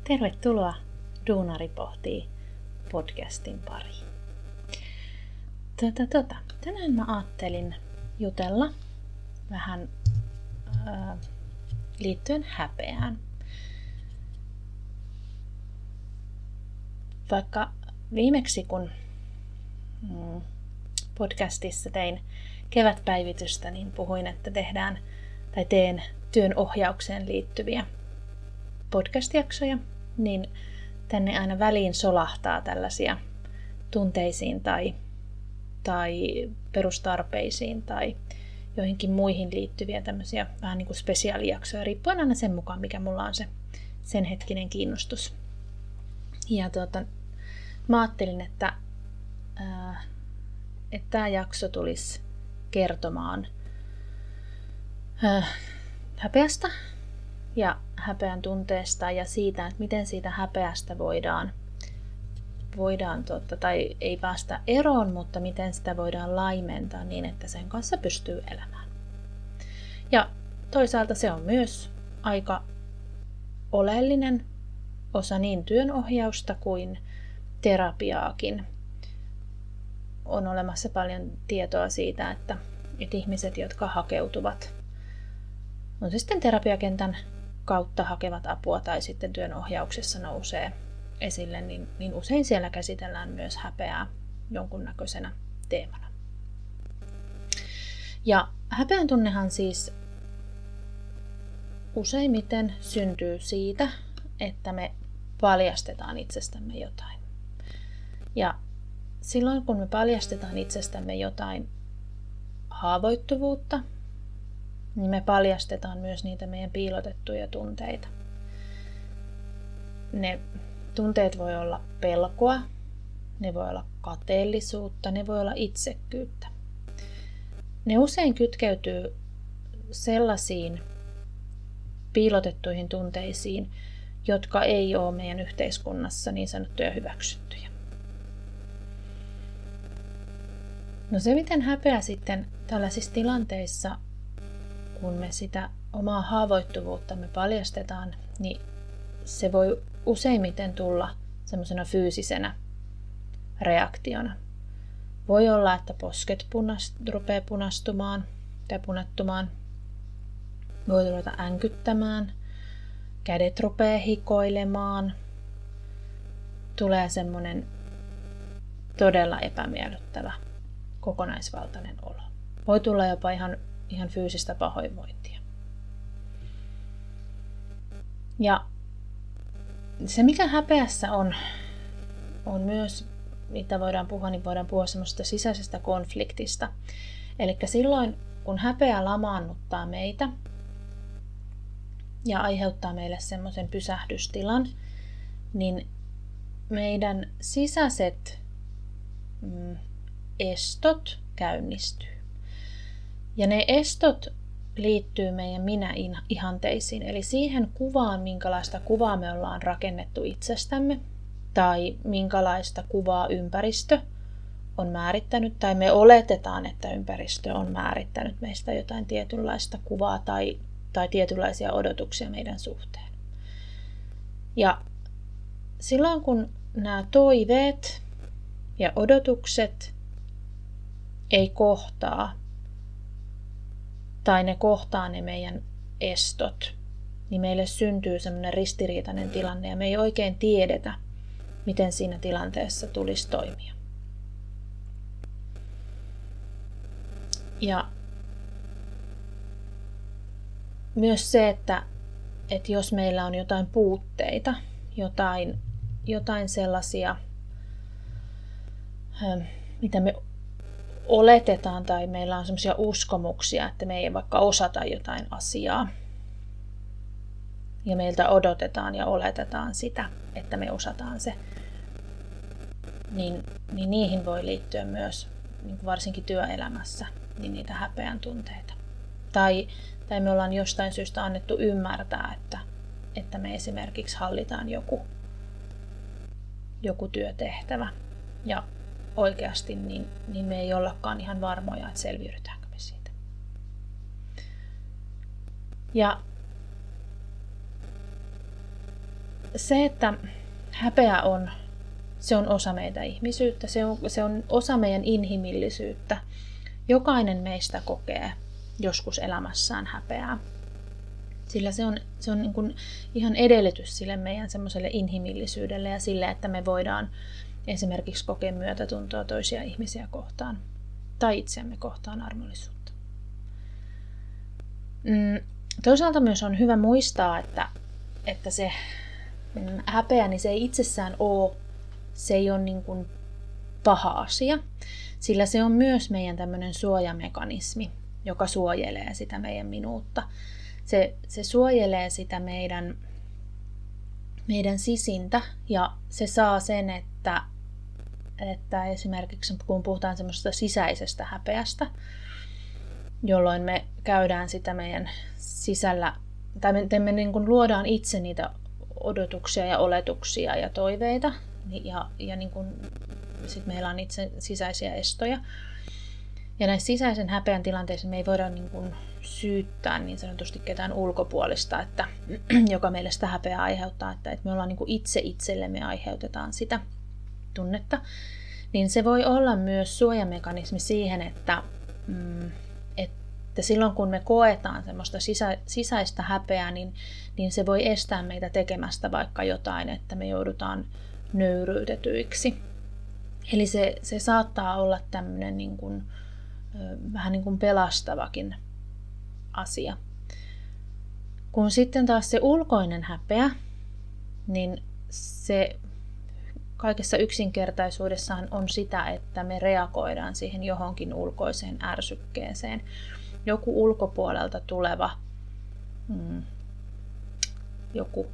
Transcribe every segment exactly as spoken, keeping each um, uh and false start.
Tervetuloa Duunari pohtii podcastin pariin. Tota, tota. Tänään mä ajattelin jutella vähän ää, liittyen häpeään. Vaikka viimeksi kun mm, podcastissa tein kevätpäivitystä, niin puhuin, että tehdään tai teen työn ohjaukseen liittyviä podcast-jaksoja, niin tänne aina väliin solahtaa tällaisia tunteisiin tai, tai perustarpeisiin tai joihinkin muihin liittyviä tämmöisiä vähän niin kuin spesiaalijaksoja, riippuen aina sen mukaan, mikä mulla on se sen hetkinen kiinnostus. Ja tuota, mä ajattelin, että, ää, että tämä jakso tulisi kertomaan ää, häpeästä ja häpeän tunteesta ja siitä, että miten siitä häpeästä voidaan, voidaan totta, tai ei päästä eroon, mutta miten sitä voidaan laimentaa niin, että sen kanssa pystyy elämään. Ja toisaalta se on myös aika oleellinen osa niin työnohjausta kuin terapiaakin. On olemassa paljon tietoa siitä, että, että ihmiset, jotka hakeutuvat, on se sitten terapiakentän kautta hakevat apua tai sitten työnohjauksessa nousee esille, niin, niin usein siellä käsitellään myös häpeää jonkunnäköisenä teemana. Ja häpeän tunnehan siis useimmiten syntyy siitä, että me paljastetaan itsestämme jotain. Ja silloin kun me paljastetaan itsestämme jotain haavoittuvuutta, niin me paljastetaan myös niitä meidän piilotettuja tunteita. Ne tunteet voi olla pelkoa, ne voi olla kateellisuutta, ne voi olla itsekkyyttä. Ne usein kytkeytyy sellaisiin piilotettuihin tunteisiin, jotka ei ole meidän yhteiskunnassa niin sanottuja hyväksyttyjä. No se, miten häpeä sitten tällaisissa tilanteissa, kun me sitä omaa haavoittuvuuttamme paljastetaan, niin se voi useimmiten tulla semmoisena fyysisenä reaktiona. Voi olla, että posket punast, rupeaa punastumaan tai punattumaan. Voi ruveta änkyttämään. Kädet rupeaa hikoilemaan. Tulee semmoinen todella epämiellyttävä kokonaisvaltainen olo. Voi tulla jopa ihan, ihan fyysistä pahoinvointia. Ja se, mikä häpeässä on, on myös, mitä voidaan puhua, niin voidaan puhua semmoista sisäisestä konfliktista. Eli silloin, kun häpeä lamaannuttaa meitä ja aiheuttaa meille semmoisen pysähdystilan, niin meidän sisäiset mm, estot käynnistyy. Ja ne estot liittyy meidän minä-ihanteisiin, eli siihen kuvaan, minkälaista kuvaa me ollaan rakennettu itsestämme, tai minkälaista kuvaa ympäristö on määrittänyt, tai me oletetaan, että ympäristö on määrittänyt meistä jotain tietynlaista kuvaa tai, tai tietynlaisia odotuksia meidän suhteen. Ja silloin, kun nämä toiveet ja odotukset ei kohtaa, tai ne kohtaa ne meidän estot, niin meille syntyy semmoinen ristiriitainen tilanne ja me ei oikein tiedetä, miten siinä tilanteessa tulisi toimia. Ja myös se, että, että jos meillä on jotain puutteita, jotain, jotain sellaisia, mitä me oletetaan tai meillä on sellaisia uskomuksia, että me ei vaikka osata jotain asiaa. Ja meiltä odotetaan ja oletetaan sitä, että me osataan se. Niin, niin niihin voi liittyä myös, niin kuin varsinkin työelämässä, niin niitä häpeän tunteita. Tai, tai me ollaan jostain syystä annettu ymmärtää, että, että me esimerkiksi hallitaan joku, joku työtehtävä. Ja oikeasti, niin, niin me ei ollakaan ihan varmoja, että selviydytäänkö me siitä. Ja se, että häpeä on, se on osa meitä ihmisyyttä, se on, se on osa meidän inhimillisyyttä. Jokainen meistä kokee joskus elämässään häpeää. Sillä se on, se on niin kuin ihan edellytys sille meidän semmoiselle inhimillisyydelle ja sille, että me voidaan esimerkiksi kokea myötätuntoa toisia ihmisiä kohtaan tai itseämme kohtaan armollisuutta. Toisaalta myös on hyvä muistaa, että, että se häpeä, niin se ei itsessään ole, se ei ole niin kuin paha asia, sillä se on myös meidän tämmöinen suojamekanismi, joka suojelee sitä meidän minuutta. Se, se suojelee sitä meidän, meidän sisintä ja se saa sen, että, että esimerkiksi kun puhutaan semmoisesta sisäisestä häpeästä, jolloin me käydään sitä meidän sisällä, tai me, me niin kuin luodaan itse niitä odotuksia ja oletuksia ja toiveita, ja, ja niin kuin, sit meillä on itse sisäisiä estoja. Ja näissä sisäisen häpeän tilanteissa me ei voida niin kuin syyttää niin sanotusti ketään ulkopuolista, että, joka meille sitä häpeää aiheuttaa, että, että me ollaan niin kuin itse itsellemme aiheutetaan sitä tunnetta. Niin se voi olla myös suojamekanismi siihen, että, mm, että silloin kun me koetaan semmoista sisä, sisäistä häpeää, niin, niin se voi estää meitä tekemästä vaikka jotain, että me joudutaan nöyryytetyiksi. Eli se, se saattaa olla tämmöinen niin kuin, vähän niin kuin pelastavakin asia. Kun sitten taas se ulkoinen häpeä, niin se kaikessa yksinkertaisuudessaan on sitä, että me reagoidaan siihen johonkin ulkoiseen ärsykkeeseen. Joku ulkopuolelta tuleva mm, joku,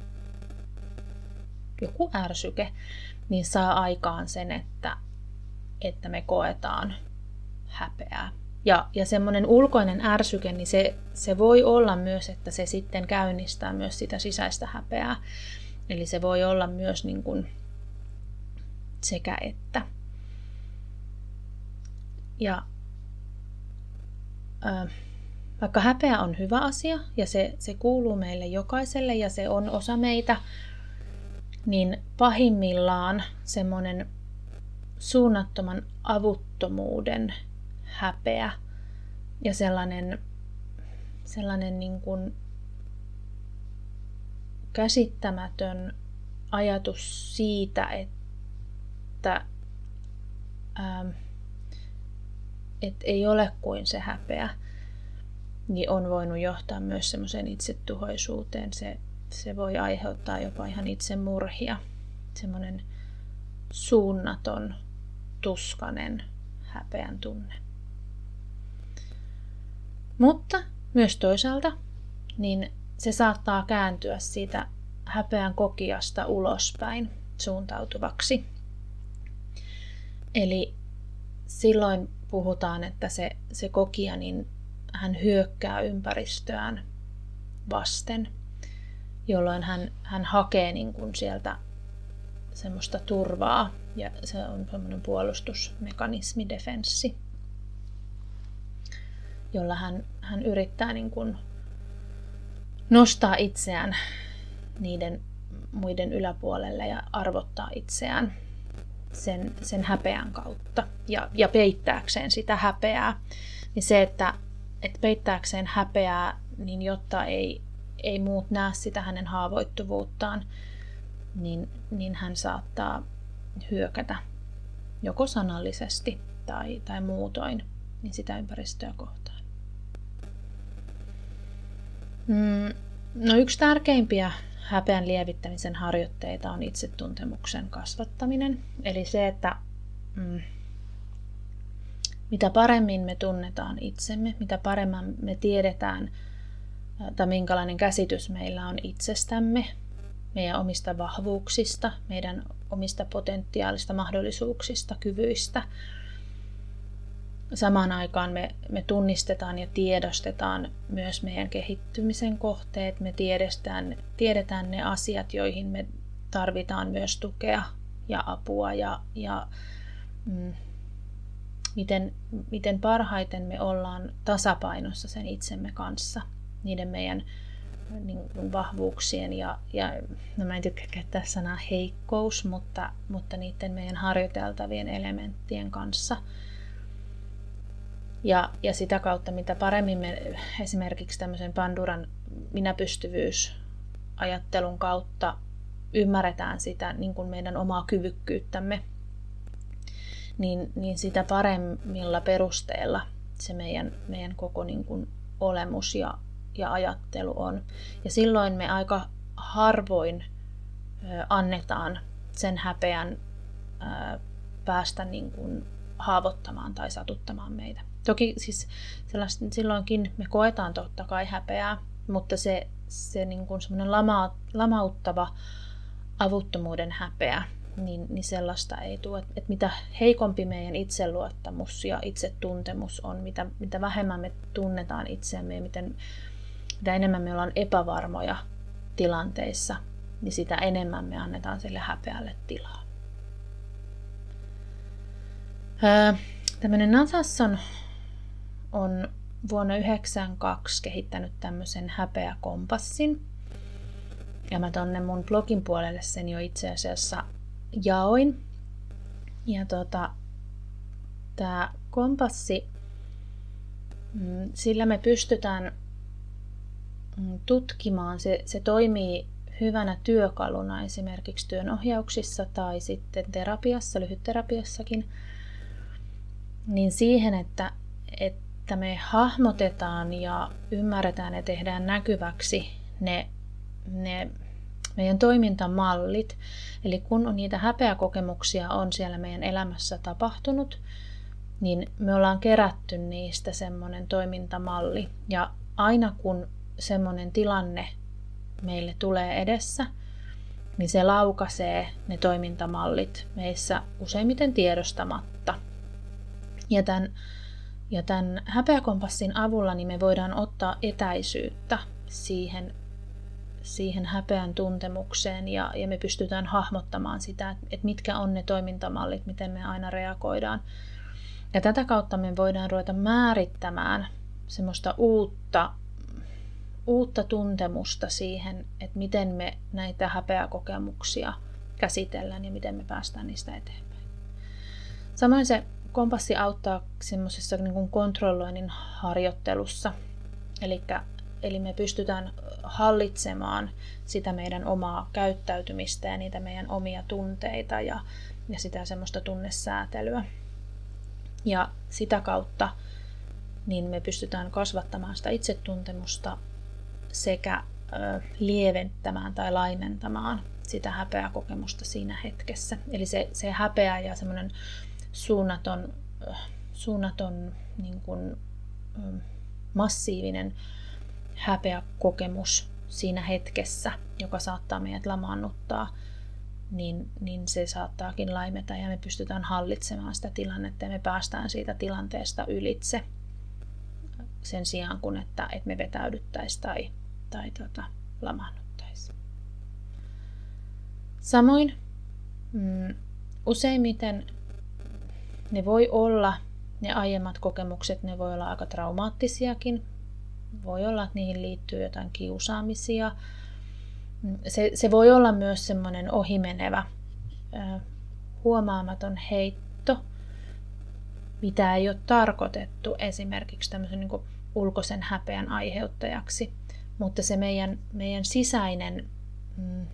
joku ärsyke, niin saa aikaan sen, että, että me koetaan häpeää. Ja, ja semmoinen ulkoinen ärsyke, niin se, se voi olla myös, että se sitten käynnistää myös sitä sisäistä häpeää. Eli se voi olla myös niin kuin sekä että. Ja äh, vaikka häpeä on hyvä asia ja se, se kuuluu meille jokaiselle ja se on osa meitä, niin pahimmillaan semmoinen suunnattoman avuttomuuden häpeä ja sellainen, sellainen niin kuin käsittämätön ajatus siitä, että ähm, et ei ole kuin se häpeä, niin on voinut johtaa myös semmoiseen itsetuhoisuuteen. Se, se voi aiheuttaa jopa ihan itsemurhia. Semmoinen suunnaton, tuskanen häpeän tunne. Mutta myös toisaalta niin se saattaa kääntyä siitä häpeän kokijasta ulospäin suuntautuvaksi. Eli silloin puhutaan, että se, se kokija, niin hän hyökkää ympäristöään vasten, jolloin hän, hän hakee niin kuin sieltä semmoista turvaa ja se on semmoinen puolustusmekanismi, defenssi, jolla hän, hän yrittää niin kuin nostaa itseään niiden muiden yläpuolelle ja arvottaa itseään sen, sen häpeän kautta ja, ja peittääkseen sitä häpeää. Niin se, että, että peittääkseen häpeää, niin jotta ei, ei muut näe sitä hänen haavoittuvuuttaan, niin, niin hän saattaa hyökätä joko sanallisesti tai, tai muutoin niin sitä ympäristöä kohtaan. Mm, no yksi tärkeimpiä häpeän lievittämisen harjoitteita on itsetuntemuksen kasvattaminen. Eli se, että mm, mitä paremmin me tunnetaan itsemme, mitä paremmin me tiedetään, tai minkälainen käsitys meillä on itsestämme, meidän omista vahvuuksista, meidän omista potentiaalista mahdollisuuksista, kyvyistä. Samaan aikaan me, me tunnistetaan ja tiedostetaan myös meidän kehittymisen kohteet. Me tiedetään, tiedetään ne asiat, joihin me tarvitaan myös tukea ja apua ja, ja mm, miten, miten parhaiten me ollaan tasapainossa sen itsemme kanssa, niiden meidän niin kuin vahvuuksien ja, ja no mä en tykkää käyttää sanaa heikkous, mutta, mutta niiden meidän harjoiteltavien elementtien kanssa. Ja, ja sitä kautta, mitä paremmin me esimerkiksi tämmöisen Panduran minäpystyvyysajattelun kautta ymmärretään sitä niin kuin meidän omaa kyvykkyyttämme, niin, niin sitä paremmilla perusteella se meidän, meidän koko niin kuin olemus ja, ja ajattelu on. Ja silloin me aika harvoin ö, annetaan sen häpeän ö, päästä niin kuin haavoittamaan tai satuttamaan meitä. Toki siis silloinkin me koetaan totta kai häpeää, mutta se, se niin kuin semmoinen lama, lamauttava avuttomuuden häpeä, niin, niin sellaista ei tule. Et, et mitä heikompi meidän itseluottamus ja itsetuntemus on, mitä, mitä vähemmän me tunnetaan itseämme ja miten, mitä enemmän me ollaan epävarmoja tilanteissa, niin sitä enemmän me annetaan sille häpeälle tilaa. Öö, tämmöinen Natasson on vuonna yhdeksänkymmentäkaksi kehittänyt tämmöisen häpeäkompassin. Ja mä tonne mun blogin puolelle sen jo itse asiassa jaoin. Ja tota, tää kompassi, sillä me pystytään tutkimaan, se, se toimii hyvänä työkaluna esimerkiksi työnohjauksissa tai sitten terapiassa, lyhytterapiassakin, niin siihen, että, että me hahmotetaan ja ymmärretään ja tehdään näkyväksi ne, ne meidän toimintamallit. Eli kun on niitä häpeäkokemuksia on siellä meidän elämässä tapahtunut, niin me ollaan kerätty niistä semmoinen toimintamalli. Ja aina kun semmoinen tilanne meille tulee edessä, niin se laukaisee ne toimintamallit meissä useimmiten tiedostamatta. Ja tämän, ja tämän häpeäkompassin avulla niin me voidaan ottaa etäisyyttä siihen, siihen häpeän tuntemukseen ja, ja me pystytään hahmottamaan sitä, että, että mitkä on ne toimintamallit, miten me aina reagoidaan. Ja tätä kautta me voidaan ruveta määrittämään semmoista uutta, uutta tuntemusta siihen, että miten me näitä häpeäkokemuksia käsitellään ja miten me päästään niistä eteenpäin. Samoin se kompassi auttaa semmoisessa niin kuin kontrolloinnin harjoittelussa. Elikkä, eli me pystytään hallitsemaan sitä meidän omaa käyttäytymistä ja niitä meidän omia tunteita ja, ja sitä semmoista tunnesäätelyä. Ja sitä kautta niin me pystytään kasvattamaan sitä itsetuntemusta sekä ö, lieventämään tai laimentamaan sitä häpeäkokemusta siinä hetkessä. Eli se, se häpeä ja semmoinen suunnaton, suunnaton niin kuin, massiivinen häpeäkokemus siinä hetkessä, joka saattaa meidät lamaannuttaa, niin, niin se saattaakin laimeta ja me pystytään hallitsemaan sitä tilannetta ja me päästään siitä tilanteesta ylitse sen sijaan, kun että, että me vetäydyttäisiin tai, tai tota, lamaannuttaisiin. Samoin mm, useimmiten ne voi olla, ne aiemmat kokemukset, ne voi olla aika traumaattisiakin. Voi olla, että niihin liittyy jotain kiusaamisia. Se, se voi olla myös semmoinen ohimenevä, huomaamaton heitto, mitä ei ole tarkoitettu esimerkiksi tämmöisen niin kuin ulkoisen häpeän aiheuttajaksi. Mutta se meidän, meidän sisäinen, mm,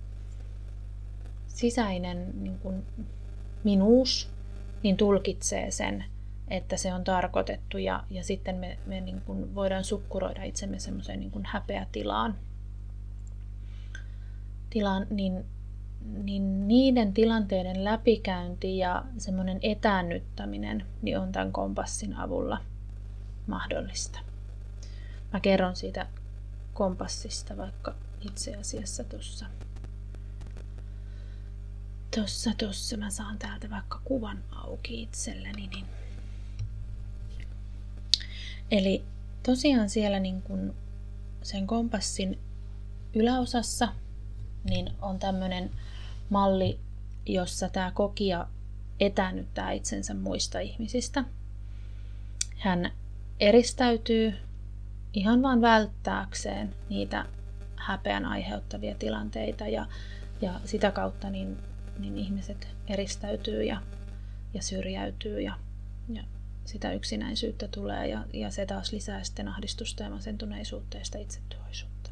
sisäinen niin kuin minuus niin tulkitsee sen, että se on tarkoitettu ja, ja sitten me, me niin kuin voidaan sukkuroida itsemme semmoiseen niin kuin häpeätilaan. Tilaan, niin, niin niiden tilanteiden läpikäynti ja semmoinen etäännyttäminen niin on tämän kompassin avulla mahdollista. Mä kerron siitä kompassista vaikka itse asiassa tuossa. Tossa, tossa mä saan täältä vaikka kuvan auki itselleni. Niin. Eli tosiaan siellä niin kun sen kompassin yläosassa niin on tämmöinen malli, jossa tämä kokija etäännyttää itsensä muista ihmisistä. Hän eristäytyy ihan vain välttääkseen niitä häpeän aiheuttavia tilanteita ja, ja sitä kautta niin, niin ihmiset eristäytyy ja, ja syrjäytyy ja, ja sitä yksinäisyyttä tulee ja, ja se taas lisää sitten ahdistusta ja masentuneisuutta ja sitä itsetuhoisuutta.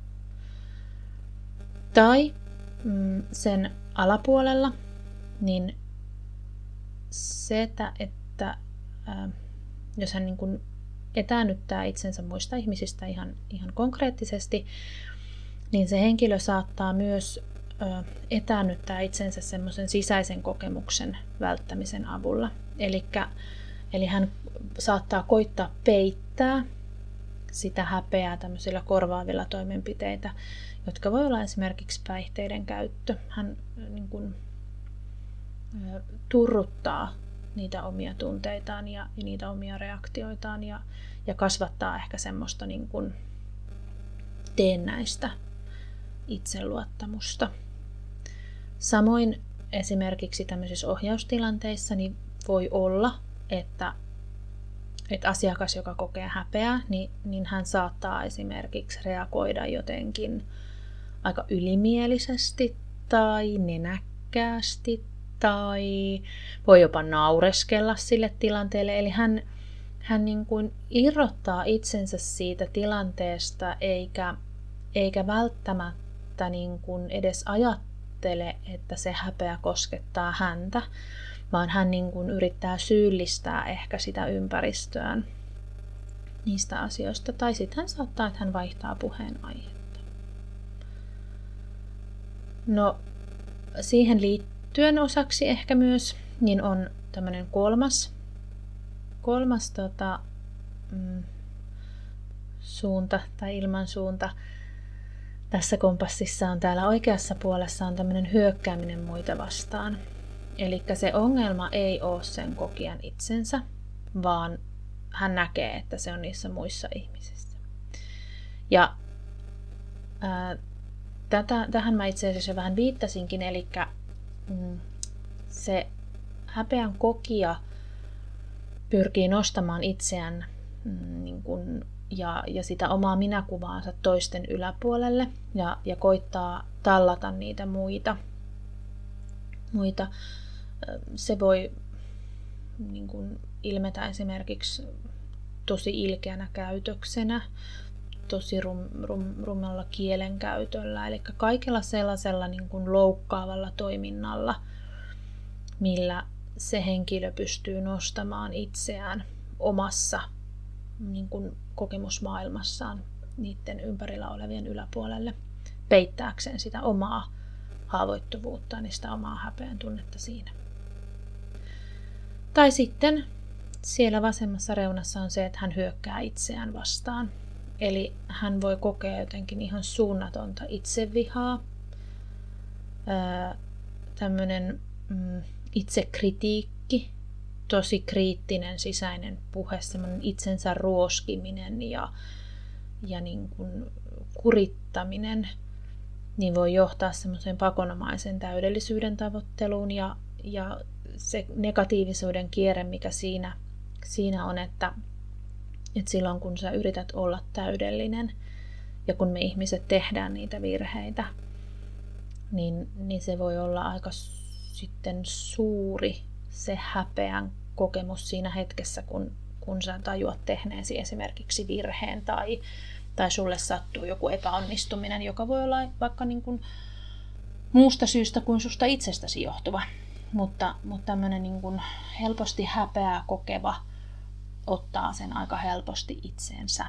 Tai mm, sen alapuolella niin se, että, että ää, jos hän niin kuin etäännyttää itsensä muista ihmisistä ihan, ihan konkreettisesti, niin se henkilö saattaa myös ää, etäännyttää itsensä semmoisen sisäisen kokemuksen välttämisen avulla. Elikkä, eli hän saattaa koittaa peittää sitä häpeää tämmöisillä korvaavilla toimenpiteitä, jotka voi olla esimerkiksi päihteiden käyttö. Hän niin kuin, ää, turruttaa niitä omia tunteitaan ja, ja niitä omia reaktioitaan ja, ja kasvattaa ehkä semmoista niin kuin teennäistä itseluottamusta. Samoin esimerkiksi tämmöisissä ohjaustilanteissa niin voi olla, että, että asiakas, joka kokee häpeää, niin, niin hän saattaa esimerkiksi reagoida jotenkin aika ylimielisesti tai nenäkkäästi tai voi jopa naureskella sille tilanteelle. Eli hän, hän niin kuin irrottaa itsensä siitä tilanteesta eikä, eikä välttämättä niin kuin edes ajattele, että se häpeä koskettaa häntä, vaan hän niin kuin yrittää syyllistää ehkä sitä ympäristöään niistä asioista. Tai sitten hän saattaa, että hän vaihtaa puheenaihetta. No, siihen liittyen osaksi ehkä myös niin on tämmöinen kolmas, kolmas tota, mm, suunta tai ilmansuunta. Tässä kompassissa on täällä oikeassa puolessa on tämmöinen hyökkääminen muita vastaan. Eli se ongelma ei ole sen kokijan itsensä, vaan hän näkee, että se on niissä muissa ihmisissä. Ja ää, tätä, tähän mä itse asiassa vähän viittasinkin, eli mm, se häpeän kokija pyrkii nostamaan itseään mm, niin kuin, ja, ja sitä omaa minäkuvaansa toisten yläpuolelle ja, ja koittaa tallata niitä muita. muita. Se voi niin kuin, ilmetä esimerkiksi tosi ilkeänä käytöksenä, tosi rum, rum, rumalla kielenkäytöllä, eli kaikella sellaisella niin kuin loukkaavalla toiminnalla, millä se henkilö pystyy nostamaan itseään omassa niin kuin kokemusmaailmassaan niiden ympärillä olevien yläpuolelle, peittääkseen sitä omaa haavoittuvuuttaan ja sitä omaa häpeän tunnetta siinä. Tai sitten siellä vasemmassa reunassa on se, että hän hyökkää itseään vastaan. Eli hän voi kokea jotenkin ihan suunnatonta itsevihaa, tämmöinen mm, itsekritiikki, tosi kriittinen sisäinen puhe, semmoinen itsensä ruoskiminen ja, ja niin kuin kurittaminen, niin voi johtaa semmoiseen pakonomaisen täydellisyyden tavoitteluun ja, ja se negatiivisuuden kierre, mikä siinä, siinä on, että, että silloin kun sä yrität olla täydellinen ja kun me ihmiset tehdään niitä virheitä, niin, niin se voi olla aika sitten suuri se häpeän kokemus siinä hetkessä, kun, kun sä tajuat tehneesi esimerkiksi virheen tai, tai sulle sattuu joku epäonnistuminen, joka voi olla vaikka niin kuin muusta syystä kuin susta itsestäsi johtuva. Mutta, mutta tämmöinen niin kuin helposti häpeää kokeva ottaa sen aika helposti itseensä.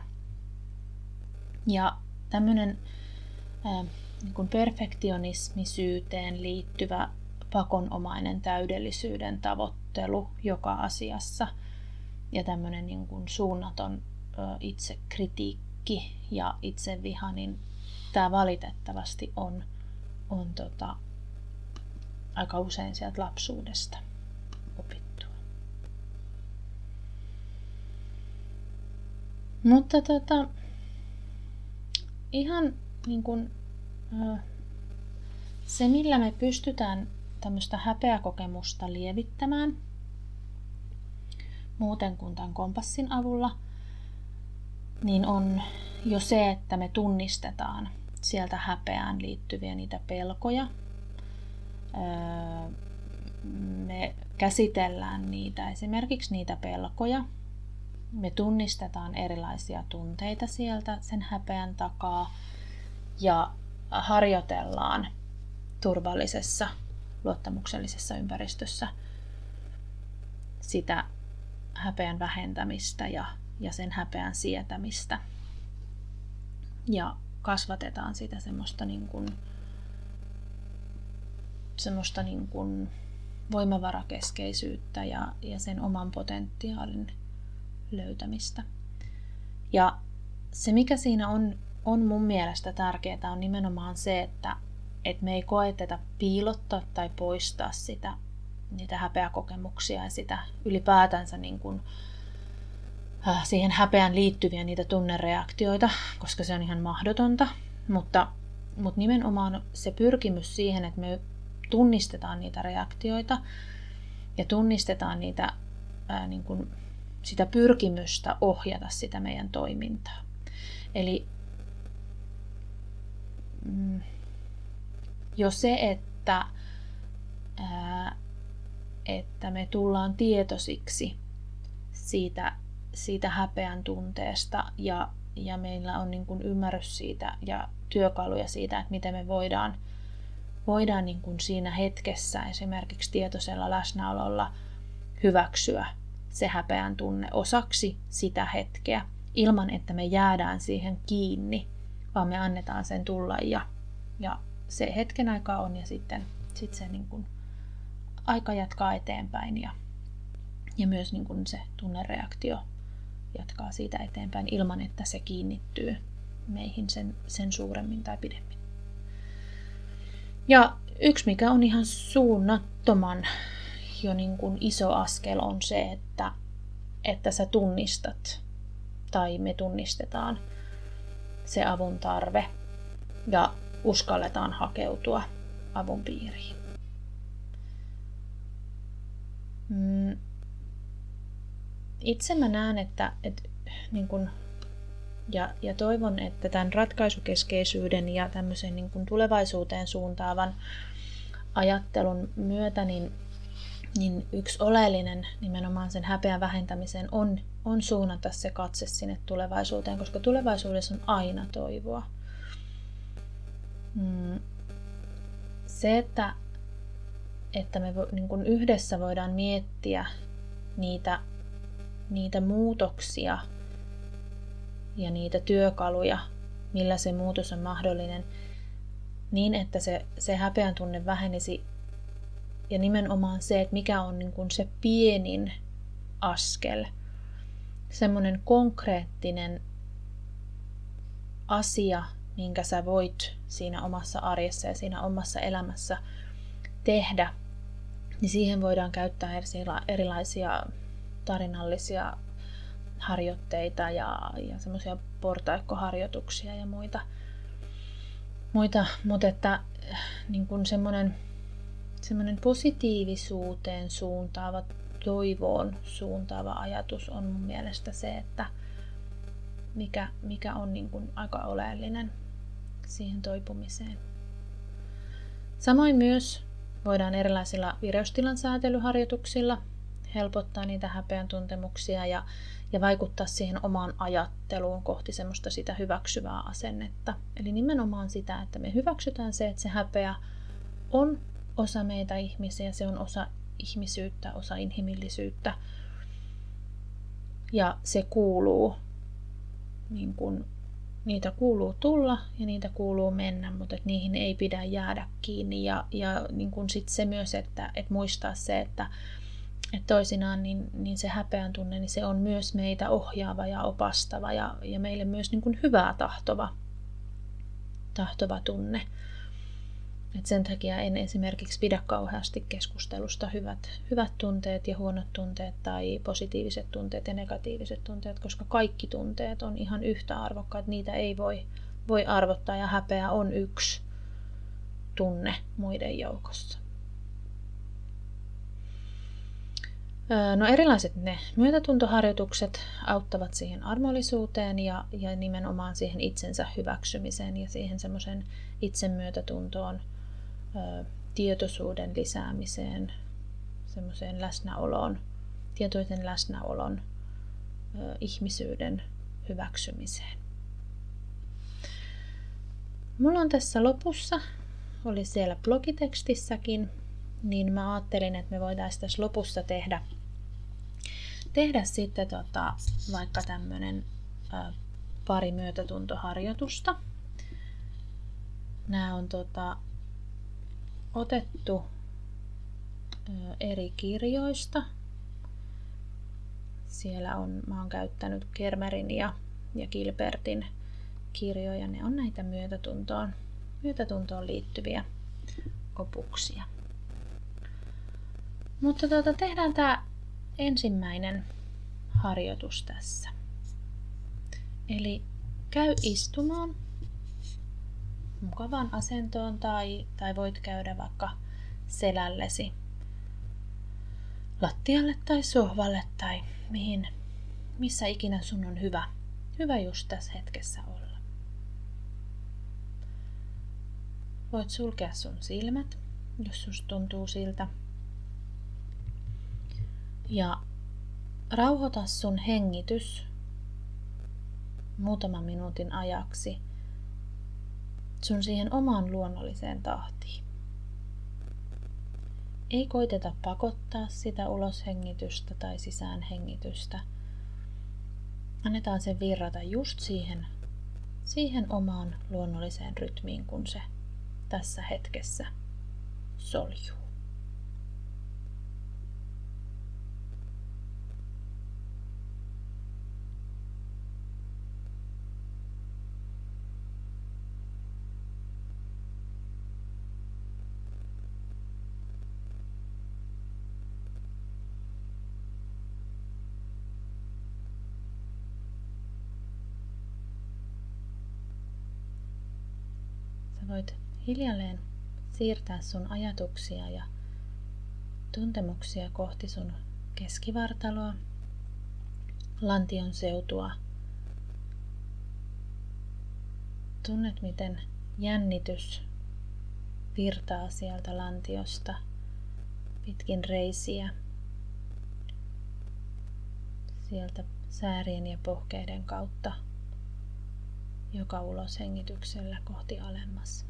Ja tämmöinen ää, niin kuin perfektionismisyyteen liittyvä pakonomainen täydellisyyden tavoittelu joka asiassa ja tämmöinen niin kuin suunnaton ää, itsekritiikki ja itseviha, niin tämä valitettavasti on, on tota, aika usein sieltä lapsuudesta opittua. Mutta tota, ihan niin kuin, se, millä me pystytään tämmöistä häpeäkokemusta lievittämään muuten kuin tämän kompassin avulla, niin on jo se, että me tunnistetaan sieltä häpeään liittyviä niitä pelkoja. Öö, me käsitellään niitä, esimerkiksi niitä pelkoja. Me tunnistetaan erilaisia tunteita sieltä sen häpeän takaa ja harjoitellaan turvallisessa, luottamuksellisessa ympäristössä sitä häpeän vähentämistä ja, ja sen häpeän sietämistä. Ja kasvatetaan sitä semmoista, niin kuin, semmoista niin kuin voimavarakeskeisyyttä ja, ja sen oman potentiaalin löytämistä. Ja se, mikä siinä on, on mun mielestä tärkeää, on nimenomaan se, että, että me ei koeteta piilottaa tai poistaa sitä, niitä häpeäkokemuksia ja sitä ylipäätänsä niin kuin, äh, siihen häpeään liittyviä niitä tunnereaktioita, koska se on ihan mahdotonta. Mutta, mutta nimenomaan se pyrkimys siihen, että me tunnistetaan niitä reaktioita ja tunnistetaan niitä, ää, niin kuin sitä pyrkimystä ohjata sitä meidän toimintaa. Eli mm, jo se, että, ää, että me tullaan tietoisiksi siitä, siitä häpeän tunteesta ja, ja meillä on niin kuin ymmärrys siitä ja työkaluja siitä, että miten me voidaan voidaan niin kuin siinä hetkessä esimerkiksi tietoisella läsnäololla hyväksyä se häpeän tunne osaksi sitä hetkeä, ilman että me jäädään siihen kiinni, vaan me annetaan sen tulla ja, ja se hetken aikaa on ja sitten sit se niin kuin aika jatkaa eteenpäin ja, ja myös niin kuin se tunnereaktio jatkaa siitä eteenpäin ilman, että se kiinnittyy meihin sen, sen suuremmin tai pidemmin. Ja yksi, mikä on ihan suunnattoman jo niin kuin iso askel, on se, että, että sä tunnistat tai me tunnistetaan se avun tarve ja uskalletaan hakeutua avun piiriin. Itse mä näen, että, että niin kuin Ja, ja toivon, että tämän ratkaisukeskeisyyden ja tämmöisen niin kuin tulevaisuuteen suuntaavan ajattelun myötä niin, niin yksi oleellinen nimenomaan sen häpeän vähentämiseen on, on suunnata se katse sinne tulevaisuuteen, koska tulevaisuudessa on aina toivoa. Se, että, että me niin kuin yhdessä voidaan miettiä niitä, niitä muutoksia ja niitä työkaluja, millä se muutos on mahdollinen, niin että se, se häpeän tunne vähenisi. Ja nimenomaan se, että mikä on niin kuin se pienin askel, semmoinen konkreettinen asia, minkä sä voit siinä omassa arjessa ja siinä omassa elämässä tehdä, niin siihen voidaan käyttää erilaisia tarinallisia harjoitteita ja, ja semmoisia portaikkoharjoituksia ja muita. muita mutta että niin kuin semmoinen, semmoinen positiivisuuteen suuntaava, toivoon suuntaava ajatus on mun mielestä se, että mikä, mikä on niin kuin aika oleellinen siihen toipumiseen. Samoin myös voidaan erilaisilla vireystilan säätelyharjoituksilla helpottaa niitä häpeän tuntemuksia ja, ja vaikuttaa siihen omaan ajatteluun kohti semmoista sitä hyväksyvää asennetta. Eli nimenomaan sitä, että me hyväksytään se, että se häpeä on osa meitä ihmisiä, se on osa ihmisyyttä, osa inhimillisyyttä. Ja se kuuluu, niin kun, niitä kuuluu tulla ja niitä kuuluu mennä, mutta et niihin ei pidä jäädä kiinni. Ja, ja niin kun sit se myös, että et muistaa se, että et toisinaan niin, niin se häpeän tunne, niin se on myös meitä ohjaava ja opastava ja, ja meille myös niin kun hyvää tahtova, tahtova tunne. Et sen takia en esimerkiksi pidä kauheasti keskustelusta hyvät, hyvät tunteet ja huonot tunteet tai positiiviset tunteet ja negatiiviset tunteet, koska kaikki tunteet on ihan yhtä arvokkaat. Niitä ei voi, voi arvottaa ja häpeä on yksi tunne muiden joukossa. No erilaiset ne myötätuntoharjoitukset auttavat siihen armollisuuteen ja, ja nimenomaan siihen itsensä hyväksymiseen ja siihen semmoisen itsemyötätuntoon, ö, tietoisuuden lisäämiseen, semmoiseen läsnäoloon, tietoisen läsnäolon, ö, ihmisyyden hyväksymiseen. Mulla on tässä lopussa, oli siellä blogitekstissäkin, niin mä ajattelin, että me voitaisiin tässä lopussa tehdä, tehdä sitten tota, vaikka tämmönen ä, pari myötätuntoharjoitusta. Nämä on tota, otettu ä, eri kirjoista. Siellä on, mä oon käyttänyt Kermerin ja, ja Gilbertin kirjoja. Ne on näitä myötätuntoon, myötätuntoon liittyviä opuksia. Mutta tuota, tehdään tämä ensimmäinen harjoitus tässä. Eli käy istumaan mukavaan asentoon tai, tai voit käydä vaikka selällesi lattialle tai sohvalle tai mihin, missä ikinä sun on hyvä, hyvä just tässä hetkessä olla. Voit sulkea sun silmät, jos susta tuntuu siltä. Ja rauhoita sun hengitys muutaman minuutin ajaksi sun siihen omaan luonnolliseen tahtiin. Ei koiteta pakottaa sitä uloshengitystä tai sisäänhengitystä. Annetaan sen virrata just siihen, siihen omaan luonnolliseen rytmiin, kun se tässä hetkessä soljuu. Voit hiljalleen siirtää sun ajatuksia ja tuntemuksia kohti sun keskivartaloa, lantion seutua. Tunnet, miten jännitys virtaa sieltä lantiosta pitkin reisiä, sieltä säärien ja pohkeiden kautta joka uloshengityksellä kohti alemmas.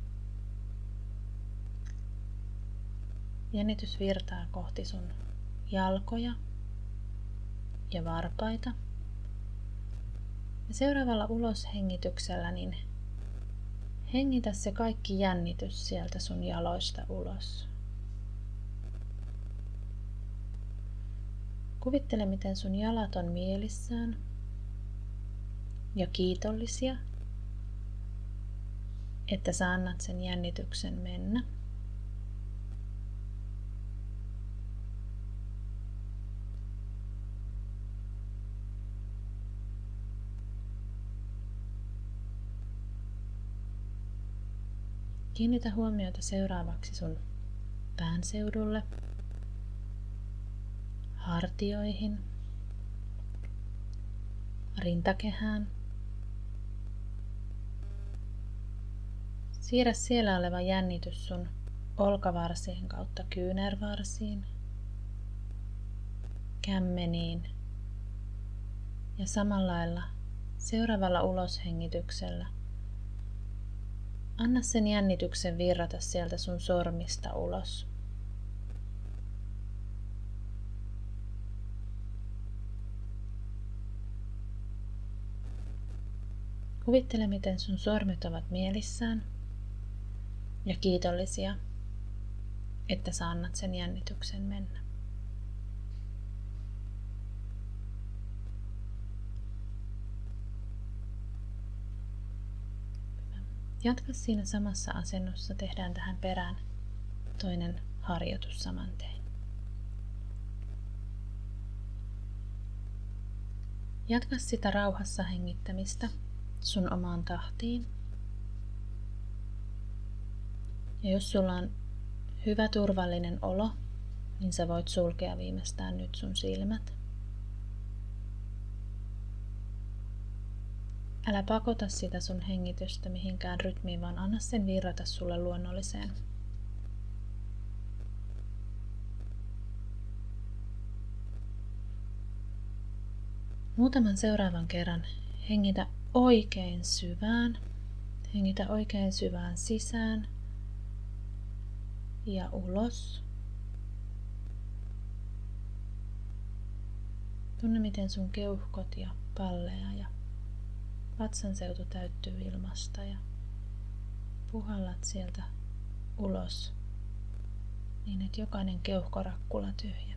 Jännitys virtaa kohti sun jalkoja ja varpaita. Ja seuraavalla uloshengityksellä niin hengitä se kaikki jännitys sieltä sun jaloista ulos. Kuvittele, miten sun jalat on mielissään ja kiitollisia, että sä annat sen jännityksen mennä. Kiinnitä huomiota seuraavaksi sun pään seudulle, hartioihin, rintakehään. Siirrä siellä oleva jännitys sun olkavarsien kautta kyynärvarsiin, kämmeniin ja samalla lailla seuraavalla uloshengityksellä anna sen jännityksen virrata sieltä sun sormista ulos. Kuvittele, miten sun sormet ovat mielissään ja kiitollisia, että sä annat sen jännityksen mennä. Jatka siinä samassa asennossa, tehdään tähän perään toinen harjoitus saman tein. Jatka sitä rauhassa hengittämistä sun omaan tahtiin. Ja jos sulla on hyvä turvallinen olo niin sä voit sulkea viimeistään nyt sun silmät. Älä pakota sitä sun hengitystä mihinkään rytmiin, vaan anna sen virrata sulle luonnolliseen. Muutaman seuraavan kerran hengitä oikein syvään. Hengitä oikein syvään sisään ja ulos. Tunne, miten sun keuhkot ja pallea ja vatsanseutu täyttyy ilmasta ja puhallat sieltä ulos niin, että jokainen keuhkorakkula tyhjenee.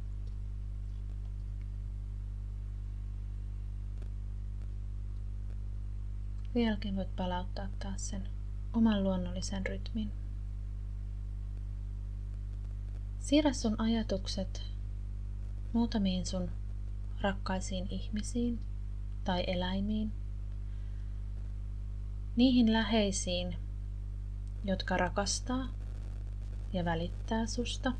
Sen jälkeen voit palauttaa taas sen oman luonnollisen rytmin. Siirrä sun ajatukset muutamiin sun rakkaisiin ihmisiin tai eläimiin. Niihin läheisiin, jotka rakastaa ja välittää susta.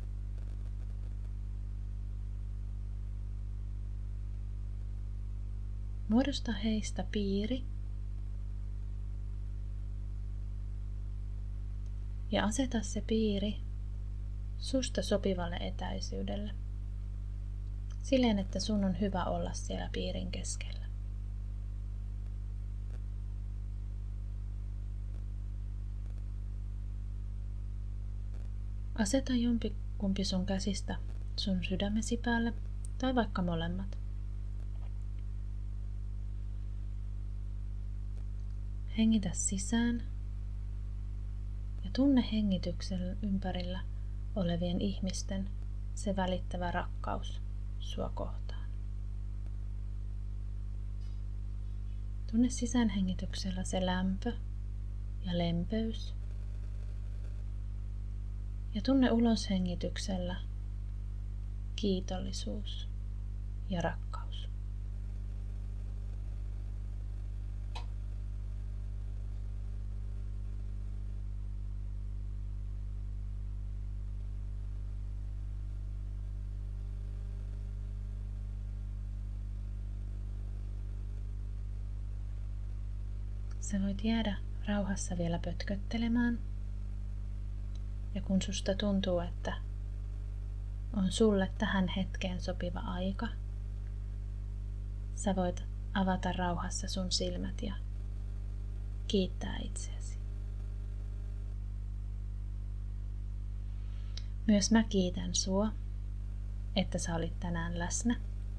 Muodosta heistä piiri ja aseta se piiri susta sopivalle etäisyydelle. Silleen, että sun on hyvä olla siellä piirin keskellä. Aseta jompikumpi sun käsistä sun sydämesi päälle tai vaikka molemmat. Hengitä sisään ja tunne hengityksen ympärillä olevien ihmisten se välittävä rakkaus sua kohtaan. Tunne sisäänhengityksellä se lämpö ja lempeys. Ja tunne uloshengityksellä kiitollisuus ja rakkaus. Sä voit jäädä rauhassa vielä pötköttelemään. Ja kun susta tuntuu, että on sulle tähän hetkeen sopiva aika, sä voit avata rauhassa sun silmät ja kiittää itseäsi. Myös mä kiitän sua, että sä olit tänään läsnä.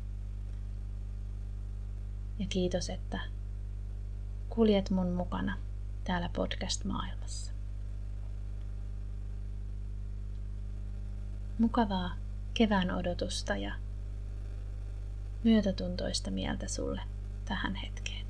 Ja kiitos, että kuljet mun mukana täällä podcast-maailmassa. Mukavaa kevään odotusta ja myötätuntoista mieltä sulle tähän hetkeen.